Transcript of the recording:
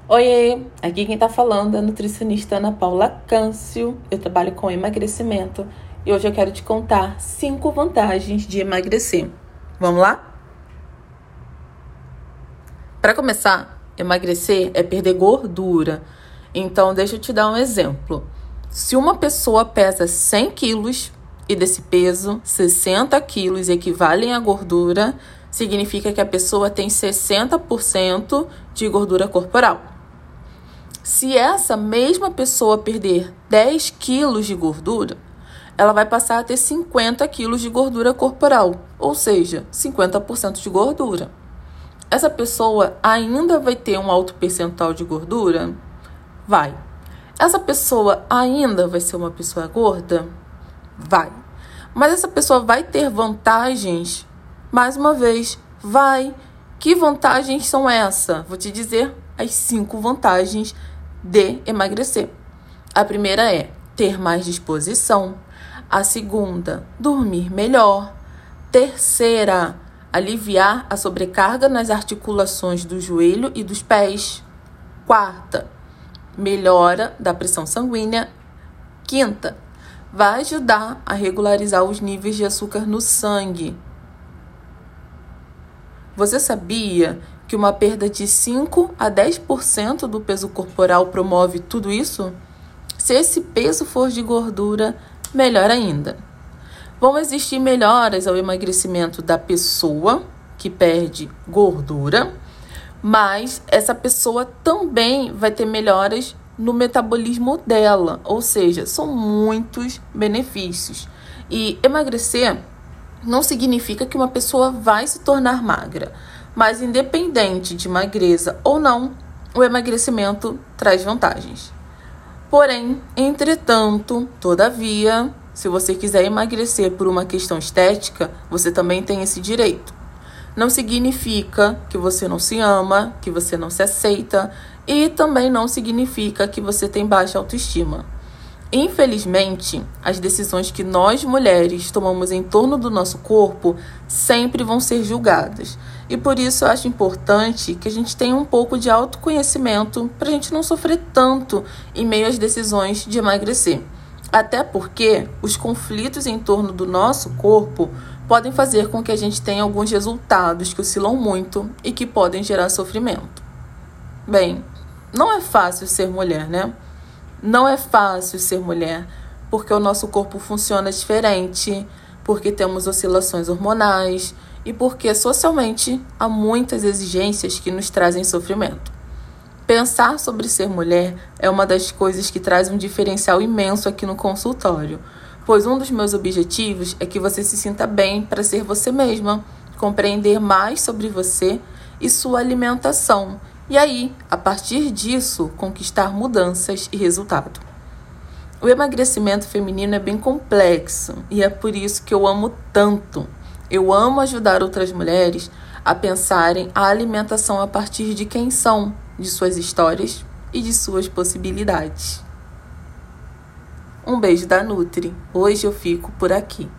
Oiê, aqui quem tá falando é a nutricionista Ana Paula Câncio. Eu trabalho com emagrecimento e hoje eu quero te contar 5 vantagens de emagrecer. Vamos lá? Para começar, emagrecer é perder gordura. Então, deixa eu te dar um exemplo. Se uma pessoa pesa 100 quilos e desse peso, 60 quilos equivalem a gordura, significa que a pessoa tem 60% de gordura corporal. Se essa mesma pessoa perder 10 quilos de gordura, ela vai passar a ter 50 quilos de gordura corporal, ou seja, 50% de gordura. Essa pessoa ainda vai ter um alto percentual de gordura? Vai. Essa pessoa ainda vai ser uma pessoa gorda? Vai. Mas essa pessoa vai ter vantagens? Mais uma vez, vai. Que vantagens são essas? Vou te dizer as 5 vantagens de emagrecer. A primeira é ter mais disposição. A segunda, dormir melhor. Terceira, aliviar a sobrecarga nas articulações do joelho e dos pés. Quarta, melhora da pressão sanguínea. Quinta, vai ajudar a regularizar os níveis de açúcar no sangue. Você sabia que uma perda de 5 a 10% do peso corporal promove tudo isso? Se esse peso for de gordura, melhor ainda. Vão existir melhoras ao emagrecimento da pessoa que perde gordura, mas essa pessoa também vai ter melhoras no metabolismo dela, ou seja, são muitos benefícios. E emagrecer não significa que uma pessoa vai se tornar magra, mas independente de magreza ou não, o emagrecimento traz vantagens. Porém, entretanto, todavia, se você quiser emagrecer por uma questão estética, você também tem esse direito. Não significa que você não se ama, que você não se aceita e também não significa que você tem baixa autoestima. Infelizmente, as decisões que nós mulheres tomamos em torno do nosso corpo sempre vão ser julgadas. E por isso eu acho importante que a gente tenha um pouco de autoconhecimento para a gente não sofrer tanto em meio às decisões de emagrecer. Até porque os conflitos em torno do nosso corpo podem fazer com que a gente tenha alguns resultados que oscilam muito e que podem gerar sofrimento. Bem, não é fácil ser mulher, né? Não é fácil ser mulher, porque o nosso corpo funciona diferente, porque temos oscilações hormonais e porque socialmente há muitas exigências que nos trazem sofrimento. Pensar sobre ser mulher é uma das coisas que traz um diferencial imenso aqui no consultório, pois um dos meus objetivos é que você se sinta bem para ser você mesma, compreender mais sobre você e sua alimentação. E aí, a partir disso, conquistar mudanças e resultado. O emagrecimento feminino é bem complexo e é por isso que eu amo tanto. Eu amo ajudar outras mulheres a pensarem a alimentação a partir de quem são, de suas histórias e de suas possibilidades. Um beijo da Nutri. Hoje eu fico por aqui.